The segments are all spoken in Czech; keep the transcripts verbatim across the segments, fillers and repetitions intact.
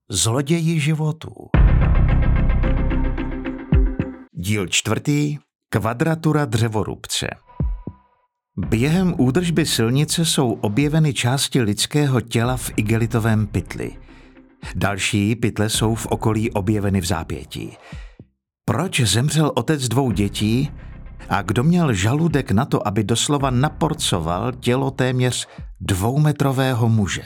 Zloději životů. Díl čtvrtý. Kvadratura dřevorubce. Během údržby silnice jsou objeveny části lidského těla v igelitovém pytli. Další pytle jsou v okolí objeveny v zápětí. Proč zemřel otec dvou dětí a kdo měl žaludek na to, aby doslova naporcoval tělo téměř dvoumetrového muže?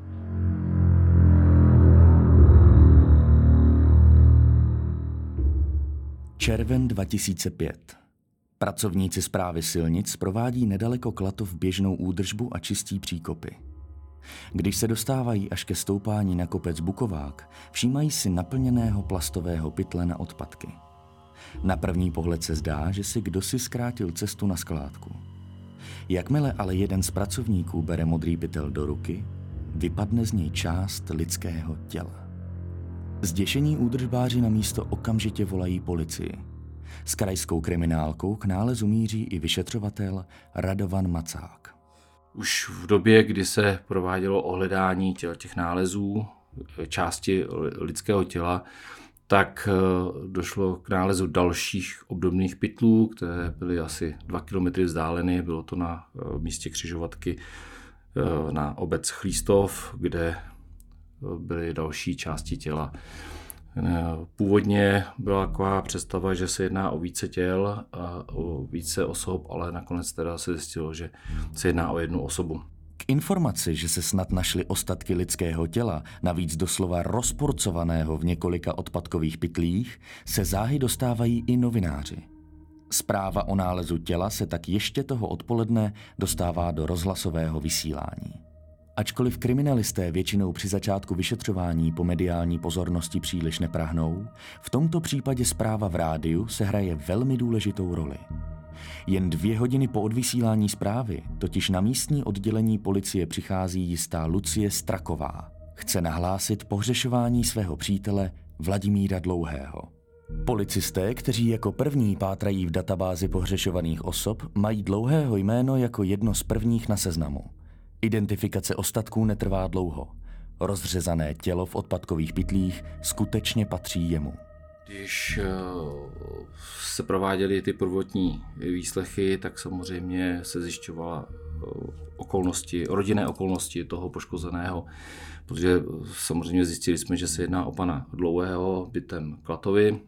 Červen dva tisíce pět. Pracovníci správy silnic provádí nedaleko Klatov běžnou údržbu a čistí příkopy. Když se dostávají až ke stoupání na kopec Bukovák, všímají si naplněného plastového pytle na odpadky. Na první pohled se zdá, že si kdosi zkrátil cestu na skládku. Jakmile ale jeden z pracovníků bere modrý pytel do ruky, vypadne z něj část lidského těla. Zděšení údržbáři na místo okamžitě volají policii. S krajskou kriminálkou k nálezu míří i vyšetřovatel Radovan Macák. Už v době, kdy se provádělo ohledání těl těch nálezů, části lidského těla, tak došlo k nálezu dalších obdobných pytlů, které byly asi dva kilometry vzdáleny. Bylo to na místě křižovatky na obec Chlístov, kde byly další části těla. Původně byla taková představa, že se jedná o více těl a o více osob, ale nakonec teda se zjistilo, že se jedná o jednu osobu. K informaci, že se snad našly ostatky lidského těla, navíc doslova rozporcovaného v několika odpadkových pytlích, se záhy dostávají i novináři. Zpráva o nálezu těla se tak ještě toho odpoledne dostává do rozhlasového vysílání. Ačkoliv kriminalisté většinou při začátku vyšetřování po mediální pozornosti příliš neprahnou, v tomto případě zpráva v rádiu se hraje velmi důležitou roli. Jen dvě hodiny po odvysílání zprávy totiž na místní oddělení policie přichází jistá Lucie Straková. Chce nahlásit pohřešování svého přítele Vladimíra Dlouhého. Policisté, kteří jako první pátrají v databázi pohřešovaných osob, mají Dlouhého jméno jako jedno z prvních na seznamu. Identifikace ostatků netrvá dlouho. Rozřezané tělo v odpadkových pytlích skutečně patří jemu. Když se prováděly ty prvotní výslechy, tak samozřejmě se zjišťovala okolnosti, rodinné okolnosti toho poškozeného, protože samozřejmě zjistili jsme, že se jedná o pana Dlouhého bytem Klatovi,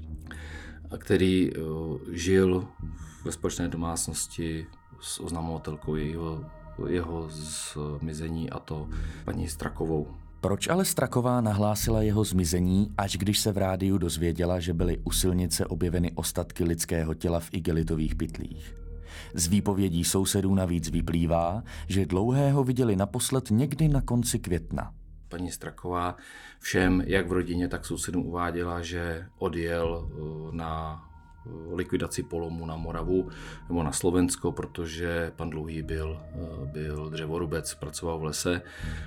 který žil ve společné domácnosti s oznamovatelkou jeho jeho zmizení, a to paní Strakovou. Proč ale Straková nahlásila jeho zmizení, až když se v rádiu dozvěděla, že byly u silnice objeveny ostatky lidského těla v igelitových pytlích? Z výpovědí sousedů navíc vyplývá, že Dlouhého viděli naposled někdy na konci května. Paní Straková všem, jak v rodině, tak sousedům uváděla, že odjel na likvidaci polomu na Moravu nebo na Slovensko, protože pan Dlouhý byl, byl dřevorubec, pracoval v lese,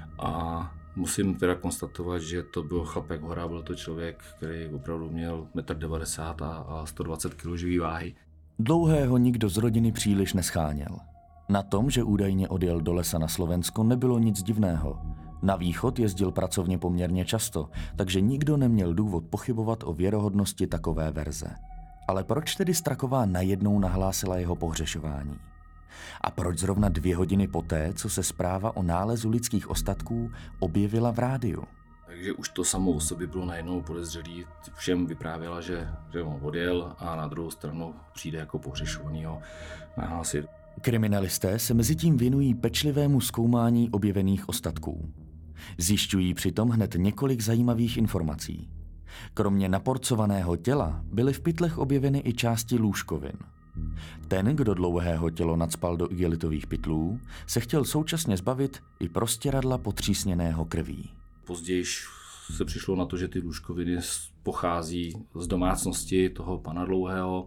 a musím teda konstatovat, že to byl chlapek hora, byl to člověk, který opravdu měl metr devadesát a sto dvacet kilogramů živý váhy. Dlouhého nikdo z rodiny příliš nescháněl. Na tom, že údajně odjel do lesa na Slovensko, nebylo nic divného. Na východ jezdil pracovně poměrně často, takže nikdo neměl důvod pochybovat o věrohodnosti takové verze. Ale proč tedy Straková najednou nahlásila jeho pohřešování? A proč zrovna dvě hodiny poté, co se zpráva o nálezu lidských ostatků objevila v rádiu? Takže už to samo o sobě bylo najednou podezřelý. Všem vyprávěla, že, že on odjel, a na druhou stranu přijde jako pohřešovanýho nahlásit. Kriminalisté se mezitím věnují pečlivému zkoumání objevených ostatků. Zjišťují přitom hned několik zajímavých informací. Kromě naporcovaného těla byly v pytlech objeveny i části lůžkovin. Ten, kdo Dlouhého tělo nacpal do igelitových pytlů, se chtěl současně zbavit i prostěradla potřísněného krví. Později se přišlo na to, že ty lůžkoviny pochází z domácnosti toho pana Dlouhého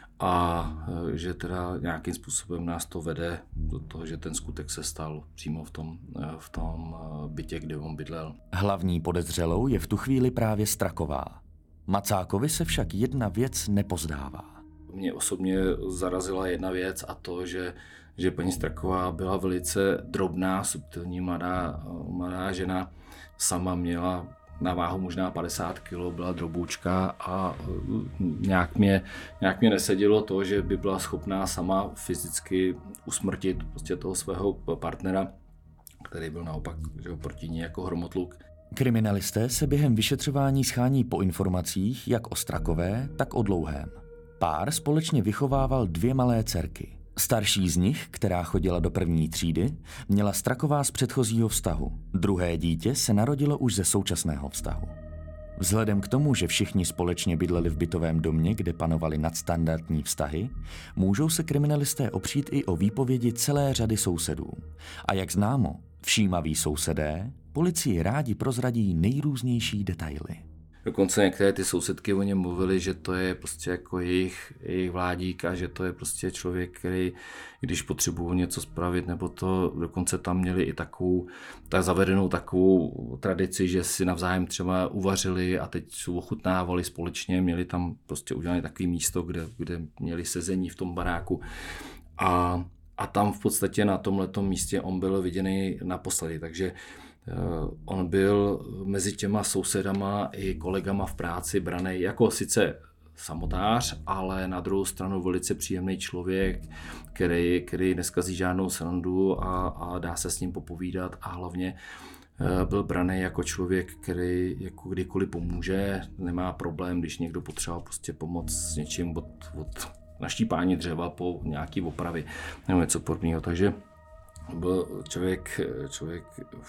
a že teda nějakým způsobem nás to vede do toho, že ten skutek se stal přímo v tom, v tom bytě, kde on bydlel. Hlavní podezřelou je v tu chvíli právě Straková. Macákovi se však jedna věc nepozdává. Mě osobně zarazila jedna věc, a to, že, že paní Straková byla velice drobná, subtilní mladá, mladá žena. Sama měla na váhu možná padesát kilo, byla droboučka a nějak mě, nějak mě nesedělo to, že by byla schopná sama fyzicky usmrtit prostě toho svého partnera, který byl naopak, že proti ní jako hromotluk. Kriminalisté se během vyšetřování schání po informacích jak o Strakové, tak o Dlouhém. Pár společně vychovával dvě malé dcerky. Starší z nich, která chodila do první třídy, měla Straková z předchozího vztahu. Druhé dítě se narodilo už ze současného vztahu. Vzhledem k tomu, že všichni společně bydleli v bytovém domě, kde panovaly nadstandardní vztahy, můžou se kriminalisté opřít i o výpovědi celé řady sousedů. A jak známo, všímaví sousedé policii rádi prozradí nejrůznější detaily. Dokonce některé ty sousedky o něm mluvili, že to je prostě jako jejich, jejich vládík a že to je prostě člověk, který, když potřebují něco spravit, nebo to dokonce tam měli i takovou, tak zavedenou takovou tradici, že si navzájem třeba uvařili a teď si ochutnávali společně, měli tam prostě udělané takové místo, kde, kde měli sezení v tom baráku a, a tam v podstatě na tomhletom místě on byl viděný naposledy, takže on byl mezi těma sousedama i kolegama v práci braný jako sice samotář, ale na druhou stranu velice příjemný člověk, který, který neskazí žádnou srandu a, a dá se s ním popovídat a hlavně byl braný jako člověk, který jako kdykoliv pomůže, nemá problém, když někdo potřeboval prostě pomoct s něčím od, od naštípání dřeva po nějaký opravy nebo něco podobného, takže byl člověk, člověk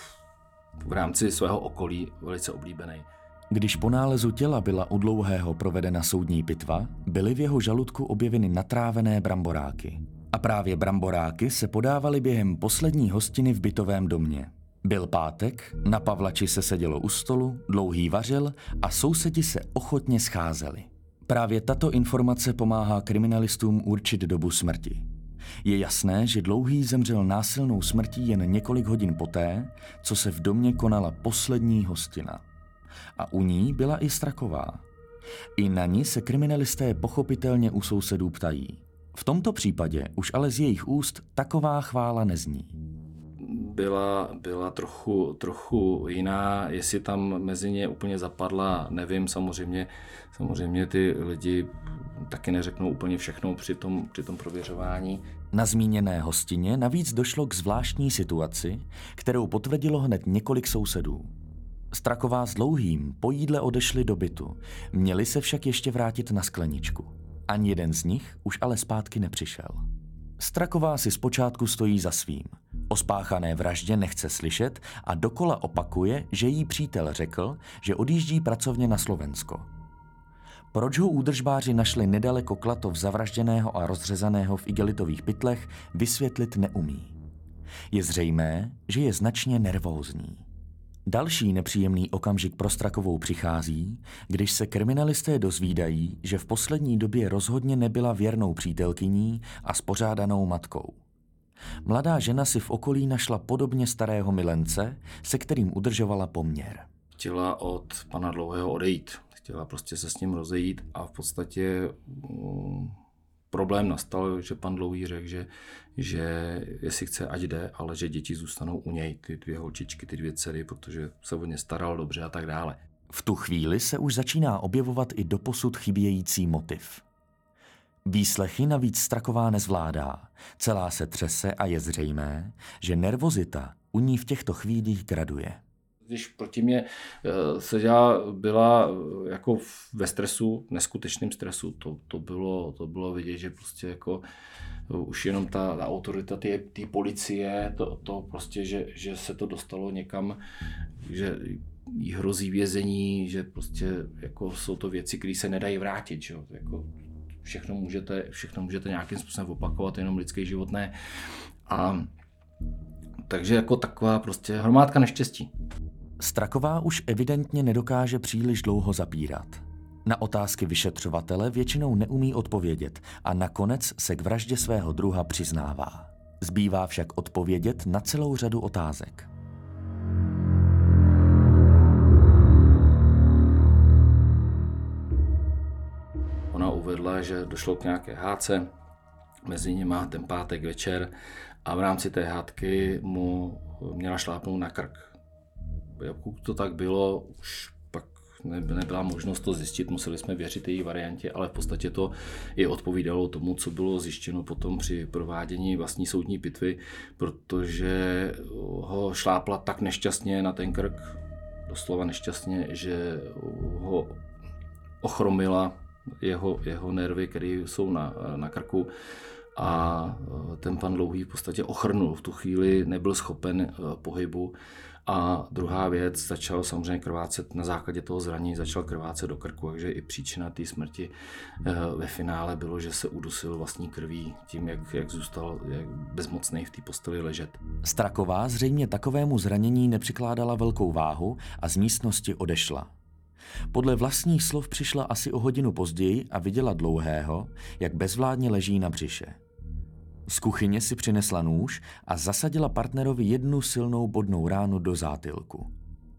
v rámci svého okolí velice oblíbený. Když po nálezu těla byla u Dlouhého provedena soudní pitva, byly v jeho žaludku objeveny natrávené bramboráky. A právě bramboráky se podávaly během poslední hostiny v bytovém domě. Byl pátek, na Pavlači se sedělo u stolu, Dlouhý vařil a sousedi se ochotně scházeli. Právě tato informace pomáhá kriminalistům určit dobu smrti. Je jasné, že Dlouhý zemřel násilnou smrtí jen několik hodin poté, co se v domě konala poslední hostina. A u ní byla i Straková. I na ní se kriminalisté pochopitelně u sousedů ptají. V tomto případě už ale z jejich úst taková chvála nezní. Byla, byla trochu, trochu jiná, jestli tam mezi ně úplně zapadla, nevím, samozřejmě, samozřejmě ty lidi taky neřeknou úplně všechno při tom, při tom prověřování. Na zmíněné hostině navíc došlo k zvláštní situaci, kterou potvrdilo hned několik sousedů. Straková s Dlouhým po jídle odešli do bytu, měli se však ještě vrátit na skleničku. Ani jeden z nich už ale zpátky nepřišel. Straková si zpočátku stojí za svým. O spáchané vraždě nechce slyšet a dokola opakuje, že jí přítel řekl, že odjíždí pracovně na Slovensko. Proč ho údržbáři našli nedaleko Klatov zavražděného a rozřezaného v igelitových pytlech, vysvětlit neumí. Je zřejmé, že je značně nervózní. Další nepříjemný okamžik pro Strakovou přichází, když se kriminalisté dozvídají, že v poslední době rozhodně nebyla věrnou přítelkyní a spořádanou matkou. Mladá žena si v okolí našla podobně starého milence, se kterým udržovala poměr. Chtěla od pana Dlouhého odejít. Chtěla prostě se s ním rozejít a v podstatě um, problém nastal, že pan Dlouhý řekl, že, že jestli chce, ať jde, ale že děti zůstanou u něj, ty dvě holčičky, ty dvě dcery, protože se o ně staral dobře a tak dále. V tu chvíli se už začíná objevovat i doposud chybějící motiv. Výslechy navíc Straková nezvládá, celá se třese a je zřejmé, že nervozita u ní v těchto chvílích graduje. Když proti mě seděla, byla jako ve stresu, neskutečném stresu, to, to, bylo, to bylo vidět, že prostě jako už jenom ta, ta autorita té policie, to, to prostě, že, že se to dostalo někam, že jí hrozí vězení, že prostě jako jsou to věci, které se nedají vrátit, že? Jako všechno můžete, všechno můžete nějakým způsobem opakovat, jenom lidský život ne. A takže jako taková prostě hromádka neštěstí. Straková už evidentně nedokáže příliš dlouho zapírat. Na otázky vyšetřovatele většinou neumí odpovědět a nakonec se k vraždě svého druha přiznává. Zbývá však odpovědět na celou řadu otázek. Ona uvedla, že došlo k nějaké hádce mezi nimi ten pátek večer a v rámci té hádky mu měla šlápnout na krk. Pokud to tak bylo, už nebyla možnost to zjistit, museli jsme věřit její variantě, ale v podstatě to i odpovídalo tomu, co bylo zjištěno potom při provádění vlastní soudní pitvy, protože ho šlápla tak nešťastně na ten krk, doslova nešťastně, že ho ochromila jeho, jeho nervy, které jsou na, na krku, a ten pan Dlouhý v podstatě ochrnul. V tu chvíli nebyl schopen pohybu. A druhá věc, začal samozřejmě krvácet na základě toho zranění, začal krvácet do krku, takže i příčina té smrti ve finále bylo, že se udusil vlastní krví tím, jak, jak zůstal jak bezmocný v té posteli ležet. Straková zřejmě takovému zranění nepřikládala velkou váhu a z místnosti odešla. Podle vlastních slov přišla asi o hodinu později a viděla Dlouhého, jak bezvládně leží na břiše. Z kuchyně si přinesla nůž a zasadila partnerovi jednu silnou bodnou ránu do zátylku.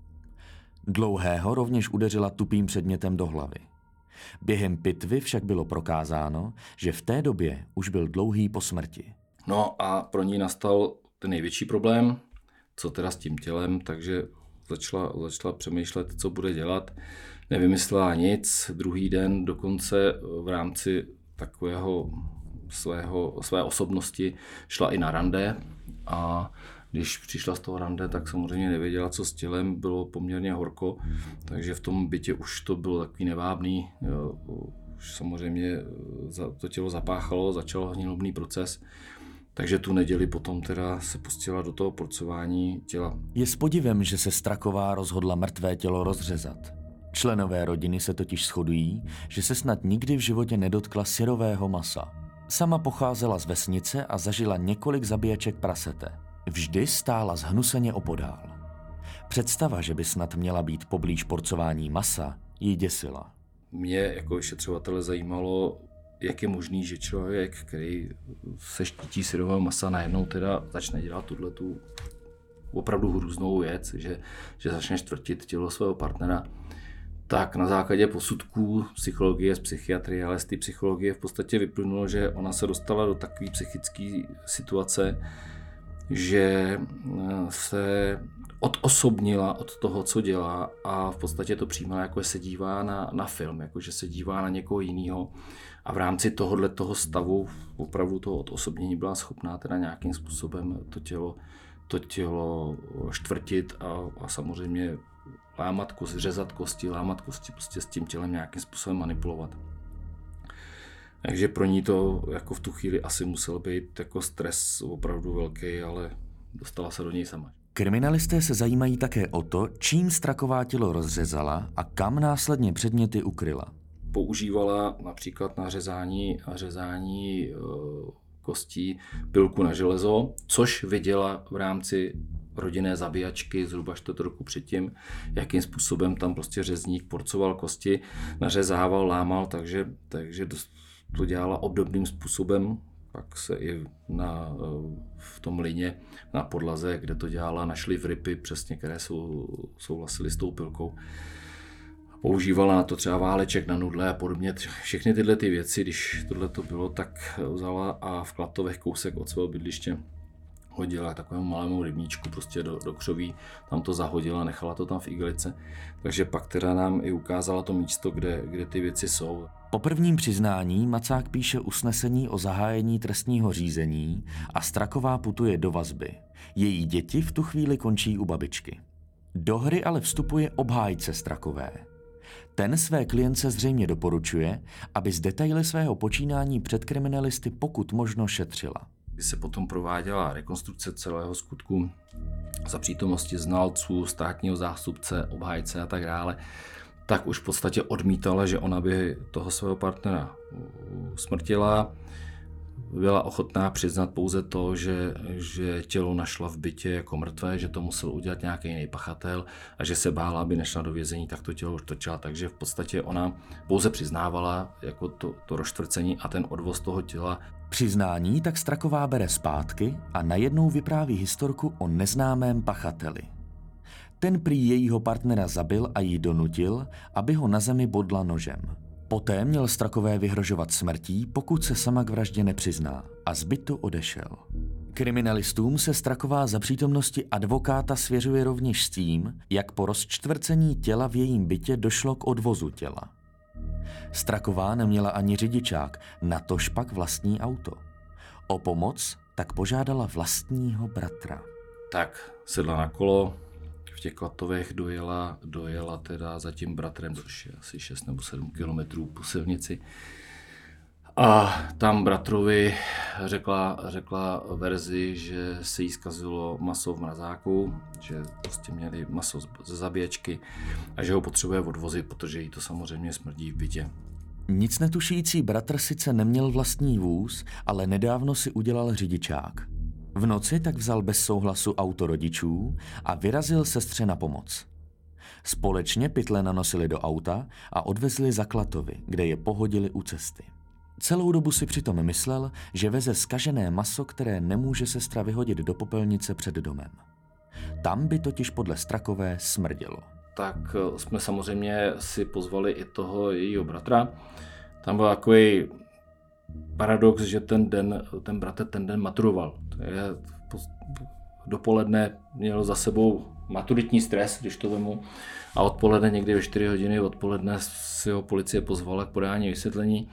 Dlouhého rovněž udeřila tupým předmětem do hlavy. Během pitvy však bylo prokázáno, že v té době už byl Dlouhý po smrti. No a pro ní nastal ten největší problém, co teda s tím tělem, takže začala, začala přemýšlet, co bude dělat. Nevymyslela nic. Druhý den dokonce v rámci takového svého, své osobnosti šla i na rande, a když přišla z toho rande, tak samozřejmě nevěděla, co s tělem, bylo poměrně horko, takže v tom bytě už to bylo takový nevábný. Už samozřejmě to tělo zapáchalo, začal hnilobný proces. Takže tu neděli potom teda se pustila do toho porcování těla. Je s podivem, že se Straková rozhodla mrtvé tělo rozřezat. Členové rodiny se totiž shodují, že se snad nikdy v životě nedotkla syrového masa. Sama pocházela z vesnice a zažila několik zabíjaček prasete. Vždy stála zhnuseně opodál. Představa, že by snad měla být poblíž porcování masa, ji děsila. Mě jako vyšetřovatele zajímalo, jak je možný, že člověk, který se štítí syrového masa, najednou teda začne dělat tuhletu opravdu hrůznou věc, že, že začne čtvrtit tělo svého partnera. Tak na základě posudků psychologie z psychiatrie, ale z té psychologie v podstatě vyplynulo, že ona se dostala do takové psychické situace, že se odosobnila od toho, co dělá, a v podstatě to přijímala, jako se dívá na, na film, jako že se dívá na někoho jiného. A v rámci tohohle toho stavu opravdu toho odosobnění byla schopná teda nějakým způsobem to tělo, to tělo štvrtit a, a samozřejmě lámat kosti, řezat kosti, lámat kosti, prostě s tím tělem nějakým způsobem manipulovat. Takže pro ní to jako v tu chvíli asi musel být jako stres opravdu velký, ale dostala se do něj sama. Kriminalisté se zajímají také o to, čím Straková tělo rozřezala a kam následně předměty ukryla. Používala například na řezání, na řezání e, kostí pilku na železo, což viděla v rámci rodinné zabíjačky zhruba čtvrt roku předtím, jakým způsobem tam prostě řezník porcoval kosti, nařezával, lámal, takže, takže to dělala obdobným způsobem. Pak se i na, v tom lině na podlaze, kde to dělala, našly vrypy přesně, které jsou, souhlasily s tou pilkou. Používala na to třeba váleček na nudle a podobně. Všechny tyhle ty věci, když tohle to bylo, tak vzala a v Klatovech kousek od svého bydliště hodila takovému malému rybníčku prostě do, do křoví, tam to zahodila, nechala to tam v igelice. Takže pak teda nám i ukázala to místo, kde, kde ty věci jsou. Po prvním přiznání Macák píše usnesení o zahájení trestního řízení a Straková putuje do vazby. Její děti v tu chvíli končí u babičky. Do hry ale vstupuje obhájce Strakové. Ten své klientce zřejmě doporučuje, aby z detaily svého počínání před kriminalisty pokud možno šetřila. Když se potom prováděla rekonstrukce celého skutku za přítomnosti znalců, státního zástupce, obhájce a tak dále, tak už v podstatě odmítala, že ona by toho svého partnera usmrtila. Byla ochotná přiznat pouze to, že, že tělo našla v bytě jako mrtvé, že to musel udělat nějaký jiný pachatel a že se bála, aby nešla do vězení, tak to tělo už točila. Takže v podstatě ona pouze přiznávala jako to, to rozštvrcení a ten odvoz toho těla. Přiznání tak Straková bere zpátky a najednou vypráví historku o neznámém pachateli. Ten prý jejího partnera zabil a jí donutil, aby ho na zemi bodla nožem. Poté měl Strakové vyhrožovat smrtí, pokud se sama k vraždě nepřizná, a z bytu odešel. Kriminalistům se Straková za přítomnosti advokáta svěřuje rovněž s tím, jak po rozčtvrcení těla v jejím bytě došlo k odvozu těla. Straková neměla ani řidičák, natož pak vlastní auto. O pomoc tak požádala vlastního bratra. Tak sedla na kolo, v těch Klatovech dojela, dojela teda za tím bratrem, což je asi šest nebo sedm kilometrů po silnici. A tam bratrovi řekla, řekla verzi, že se jí zkazilo maso v mrazáku, že prostě měli maso ze zabíječky a že ho potřebuje odvozit, protože jí to samozřejmě smrdí v bytě. Nic netušící bratr sice neměl vlastní vůz, ale nedávno si udělal řidičák. V noci tak vzal bez souhlasu auto rodičů a vyrazil sestře na pomoc. Společně pytle nanosili do auta a odvezli za Klatovy, kde je pohodili u cesty. Celou dobu si přitom myslel, že veze zkažené maso, které nemůže sestra vyhodit do popelnice před domem. Tam by totiž podle Strakové smrdělo. Tak jsme samozřejmě si pozvali i toho jejího bratra. Tam byl takový paradox, že ten den, ten bratr ten den maturoval. Dopoledne měl za sebou maturitní stres, když to vemu, a odpoledne někdy ve čtyři hodiny odpoledne si ho policie pozvala k podání vysvětlení.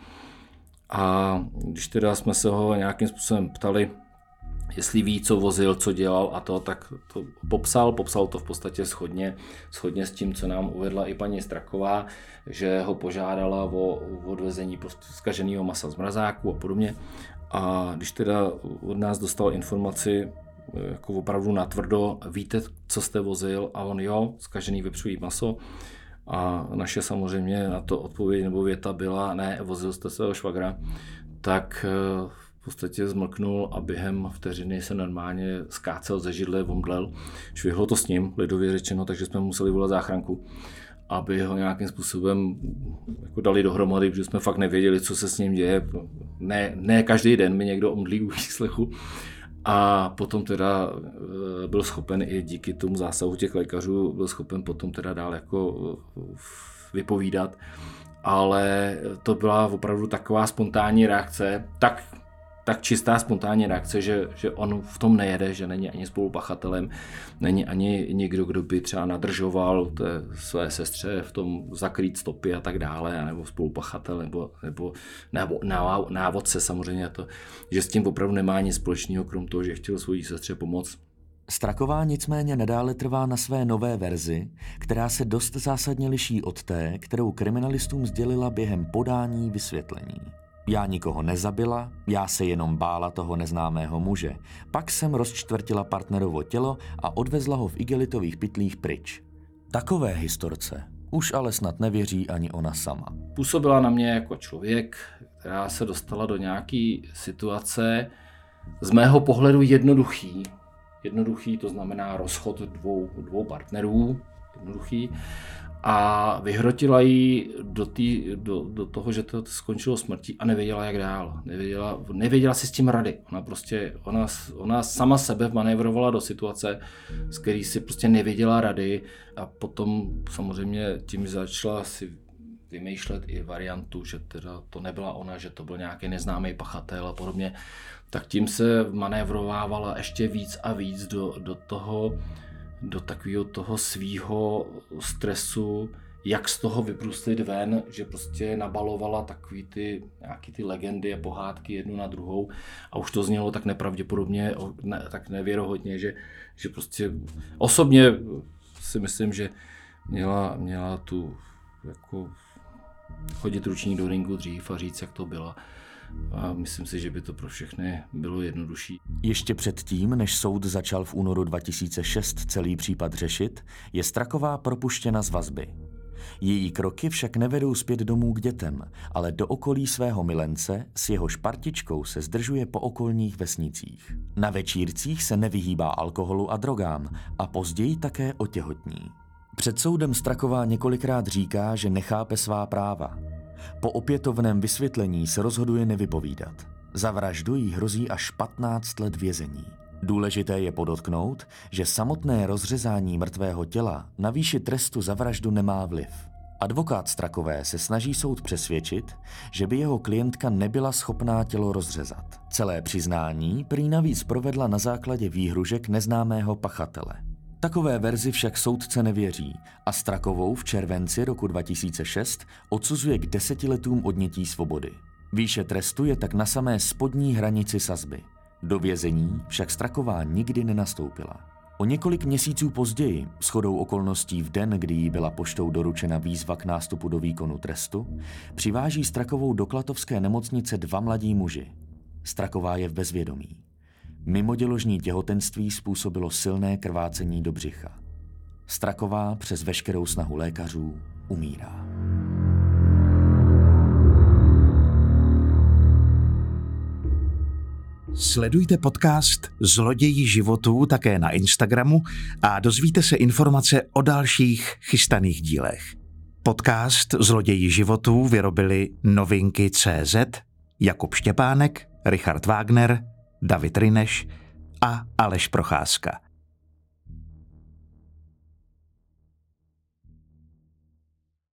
A když teda jsme se ho nějakým způsobem ptali, jestli ví, co vozil, co dělal a to, tak to popsal, popsal to v podstatě shodně, shodně s tím, co nám uvedla i paní Straková, že ho požádala o, o odvezení prostě zkaženého masa z mrazáku a podobně. A když teda od nás dostal informaci jako opravdu natvrdo, víte, co jste vozil, a on jo, zkažený vepřový maso. A naše samozřejmě na to odpověď nebo věta byla, ne, vozil jste svého švagra, tak v podstatě zmlknul a během vteřiny se normálně skácel ze židle, omdlel. Švihlo to s ním, lidově řečeno, takže jsme museli volat záchranku, aby ho nějakým způsobem jako dali dohromady, protože jsme fakt nevěděli, co se s ním děje. Ne, ne každý den mi někdo omdlí u výslechu. A potom teda byl schopen i díky tomu zásahu těch lékařů, byl schopen potom teda dál jako vypovídat. Ale to byla opravdu taková spontánní reakce, tak, tak čistá spontánní reakce, že, že on v tom nejede, že není ani spolupachatelem, není ani někdo, kdo by třeba nadržoval té své sestře v tom zakrýt stopy a tak dále, nebo spolupachatel, nebo, nebo, nebo návodce samozřejmě, to, že s tím opravdu nemá nic společného, krom toho, že chtěl svojí sestře pomoct. Straková nicméně nadále trvá na své nové verzi, která se dost zásadně liší od té, kterou kriminalistům sdělila během podání vysvětlení. Já nikoho nezabila, já se jenom bála toho neznámého muže. Pak jsem rozčtvrtila partnerovo tělo a odvezla ho v igelitových pytlích pryč. Takové historce už ale snad nevěří ani ona sama. Působila na mě jako člověk, která se dostala do nějaké situace z mého pohledu jednoduchý. Jednoduchý, to znamená rozchod dvou, dvou partnerů, jednoduchý. A vyhrotila ji do, tý, do, do toho, že to skončilo smrtí a nevěděla, jak dál. Nevěděla, nevěděla si s tím rady. Ona prostě, ona, ona sama sebe manévrovala do situace, z který si prostě nevěděla rady, a potom samozřejmě tím začala si vymýšlet i variantu, že teda to nebyla ona, že to byl nějaký neznámý pachatel a podobně. Tak tím se manévrovávala ještě víc a víc do, do toho, do takového toho svýho stresu, jak z toho vyprustit ven, že prostě nabalovala takový ty nějaký ty legendy a pohádky jednu na druhou a už to znělo tak nepravděpodobně, ne, tak nevěrohodně, že, že prostě osobně si myslím, že měla, měla tu jako hodit ručník do ringu dřív a říct, jak to bylo. A myslím si, že by to pro všechny bylo jednodušší. Ještě předtím, než soud začal v únoru dva tisíce šest celý případ řešit, je Straková propuštěna z vazby. Její kroky však nevedou zpět domů k dětem, ale do okolí svého milence, s jehož partičkou se zdržuje po okolních vesnicích. Na večírcích se nevyhýbá alkoholu a drogám a později také otěhotní. Před soudem Straková několikrát říká, že nechápe svá práva. Po opětovném vysvětlení se rozhoduje nevypovídat. Za vraždu jí hrozí až patnáct let vězení. Důležité je podotknout, že samotné rozřezání mrtvého těla na výši trestu za vraždu nemá vliv. Advokát Strakové se snaží soud přesvědčit, že by jeho klientka nebyla schopná tělo rozřezat. Celé přiznání prý navíc provedla na základě výhružek neznámého pachatele. Takové verzi však soudce nevěří a Strakovou v červenci roku dva tisíce šest odsuzuje k deseti letům odnětí svobody. Výše trestu je tak na samé spodní hranici sazby. Do vězení však Straková nikdy nenastoupila. O několik měsíců později, shodou okolností v den, kdy jí byla poštou doručena výzva k nástupu do výkonu trestu, přiváží Strakovou do klatovské nemocnice dva mladí muži. Straková je v bezvědomí. Mimoděložní těhotenství způsobilo silné krvácení do břicha. Straková přes veškerou snahu lékařů umírá. Sledujte podcast Zloději životů také na Instagramu a dozvíte se informace o dalších chystaných dílech. Podcast Zloději životů vyrobili Novinky tečka cé zet, Jakub Štěpánek, Richard Wagner, David Ryneš a Aleš Procházka.